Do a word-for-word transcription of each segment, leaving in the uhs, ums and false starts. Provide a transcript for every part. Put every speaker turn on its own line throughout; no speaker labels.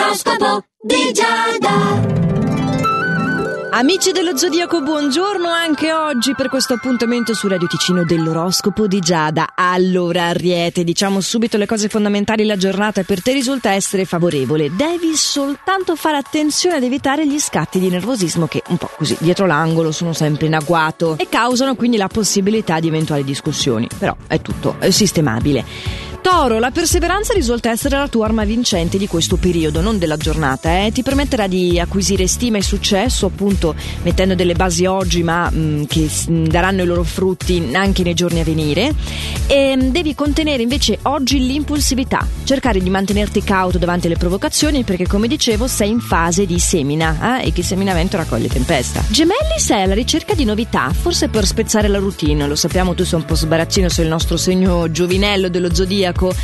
L'oroscopo di Giada.
Amici dello Zodiaco, buongiorno anche oggi per questo appuntamento su Radio Ticino dell'oroscopo di Giada. Allora, Ariete, diciamo subito le cose fondamentali. La giornata per te risulta essere favorevole. Devi soltanto fare attenzione ad evitare gli scatti di nervosismo che, un po' così, dietro l'angolo sono sempre in agguato e causano quindi la possibilità di eventuali discussioni. Però è tutto è sistemabile. Toro, la perseveranza risulta essere la tua arma vincente di questo periodo, non della giornata, eh? Ti permetterà di acquisire stima e successo, appunto mettendo delle basi oggi ma mh, che mh, daranno i loro frutti anche nei giorni a venire. E mh, devi contenere invece oggi l'impulsività, cercare di mantenerti cauto davanti alle provocazioni perché, come dicevo, sei in fase di semina, eh? E chi semina vento raccoglie tempesta. Gemelli, sei alla ricerca di novità, forse per spezzare la routine. Lo sappiamo, tu sei un po' sbarazzino, sei il nostro segno giovinello dello zodiaco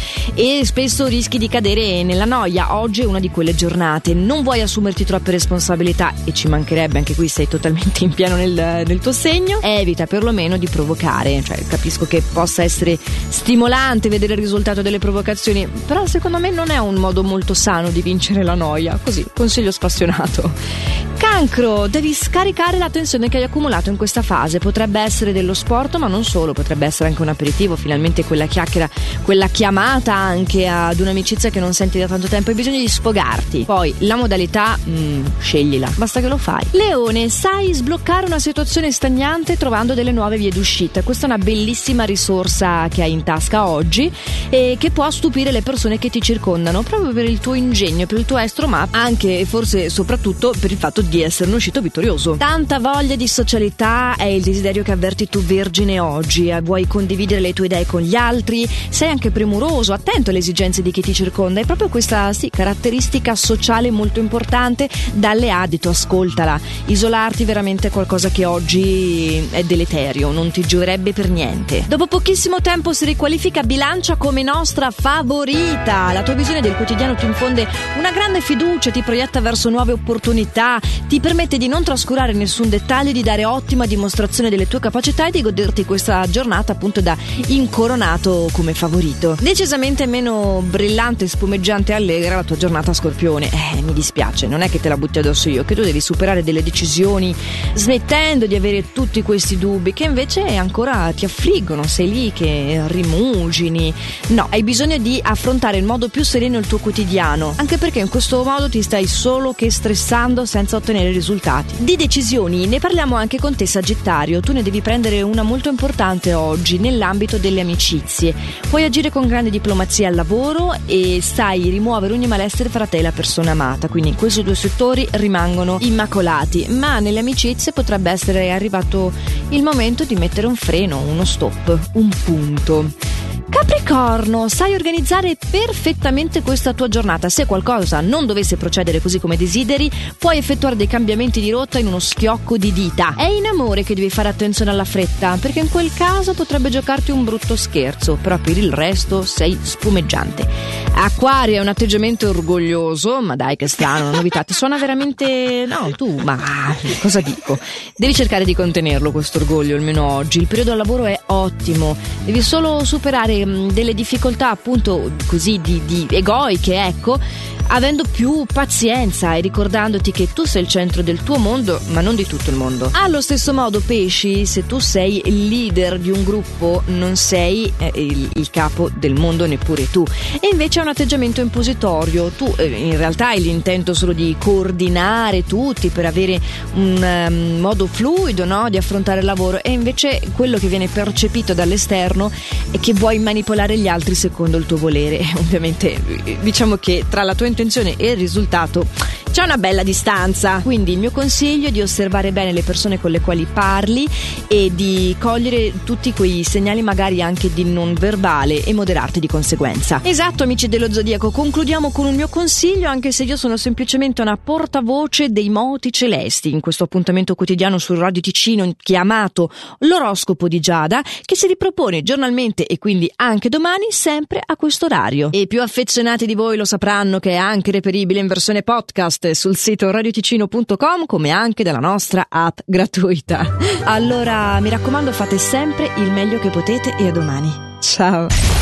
e spesso rischi di cadere nella noia. Oggi è una di quelle giornate, non vuoi assumerti troppe responsabilità e ci mancherebbe, anche qui sei totalmente in pieno nel, nel tuo segno. Evita perlomeno di provocare, cioè capisco che possa essere stimolante vedere il risultato delle provocazioni, però secondo me non è un modo molto sano di vincere la noia, così, consiglio spassionato. Cancro, devi scaricare la tensione che hai accumulato in questa fase, potrebbe essere dello sport ma non solo, potrebbe essere anche un aperitivo, finalmente quella chiacchiera, quella chiamata anche ad un'amicizia che non senti da tanto tempo, hai bisogno di sfogarti. Poi la modalità, mm, sceglila, basta che lo fai. Leone, sai sbloccare una situazione stagnante trovando delle nuove vie d'uscita, questa è una bellissima risorsa che hai in tasca oggi e che può stupire le persone che ti circondano proprio per il tuo ingegno, per il tuo estro, ma anche e forse soprattutto per il fatto di esserne uscito vittorioso. Tanta voglia di socialità è il desiderio che avverti tu, Vergine, oggi. Vuoi condividere le tue idee con gli altri, sei anche premuroso, attento alle esigenze di chi ti circonda, è proprio questa sì, caratteristica sociale molto importante. Dalle adito, ascoltala. Isolarti veramente è qualcosa che oggi è deleterio, non ti gioverebbe per niente. Dopo pochissimo tempo si riqualifica Bilancia come nostra favorita. La tua visione del quotidiano ti infonde una grande fiducia, ti proietta verso nuove opportunità, ti permette di non trascurare nessun dettaglio, di dare ottima dimostrazione delle tue capacità e di goderti questa giornata appunto da incoronato come favorito. Decisamente meno brillante, spumeggiante e allegra la tua giornata, Scorpione. Eh, mi dispiace, non è che te la butti addosso io, che tu devi superare delle decisioni smettendo di avere tutti questi dubbi che invece ancora ti affliggono, sei lì che rimugini. No, hai bisogno di affrontare in modo più sereno il tuo quotidiano, anche perché in questo modo ti stai solo che stressando senza ottenere risultati. Di decisioni ne parliamo anche con te, Sagittario, tu ne devi prendere una molto importante oggi nell'ambito delle amicizie. Puoi agire con grande diplomazia al lavoro e sai rimuovere ogni malessere fra te e la persona amata, quindi in questi due settori rimangono immacolati, ma nelle amicizie potrebbe essere arrivato il momento di mettere un freno, uno stop, un punto. Capricorno, sai organizzare perfettamente questa tua giornata. Se qualcosa non dovesse procedere così come desideri, puoi effettuare dei cambiamenti di rotta in uno schiocco di dita. È in amore che devi fare attenzione alla fretta, perché in quel caso potrebbe giocarti un brutto scherzo, però per il resto sei spumeggiante. Acquario, è un atteggiamento orgoglioso, ma dai che strano, una novità, ti suona veramente... no, tu, ma cosa dico? Devi cercare di contenerlo questo orgoglio, almeno oggi. Il periodo al lavoro è ottimo, devi solo superare delle difficoltà appunto così di, di egoiche, ecco, avendo più pazienza e ricordandoti che tu sei il centro del tuo mondo ma non di tutto il mondo. Allo stesso modo, Pesci, se tu sei il leader di un gruppo non sei eh, il, il capo del mondo neppure tu, e invece è un atteggiamento impositorio. Tu eh, in realtà hai l'intento solo di coordinare tutti per avere un um, modo fluido, no, di affrontare il lavoro, e invece quello che viene percepito dall'esterno è che vuoi manipolare gli altri secondo il tuo volere. Ovviamente diciamo che tra la tua intenzione e il risultato c'è una bella distanza, quindi il mio consiglio è di osservare bene le persone con le quali parli e di cogliere tutti quei segnali magari anche di non verbale e moderarti di conseguenza. Esatto, amici dello Zodiaco, concludiamo con un mio consiglio, anche se io sono semplicemente una portavoce dei moti celesti in questo appuntamento quotidiano su Radio Ticino chiamato L'oroscopo di Giada, che si ripropone giornalmente e quindi anche domani sempre a questo orario. E i più affezionati di voi lo sapranno che è anche reperibile in versione podcast sul sito radioticino punto com, come anche dalla nostra app gratuita. Allora mi raccomando, fate sempre il meglio che potete e a domani. Ciao.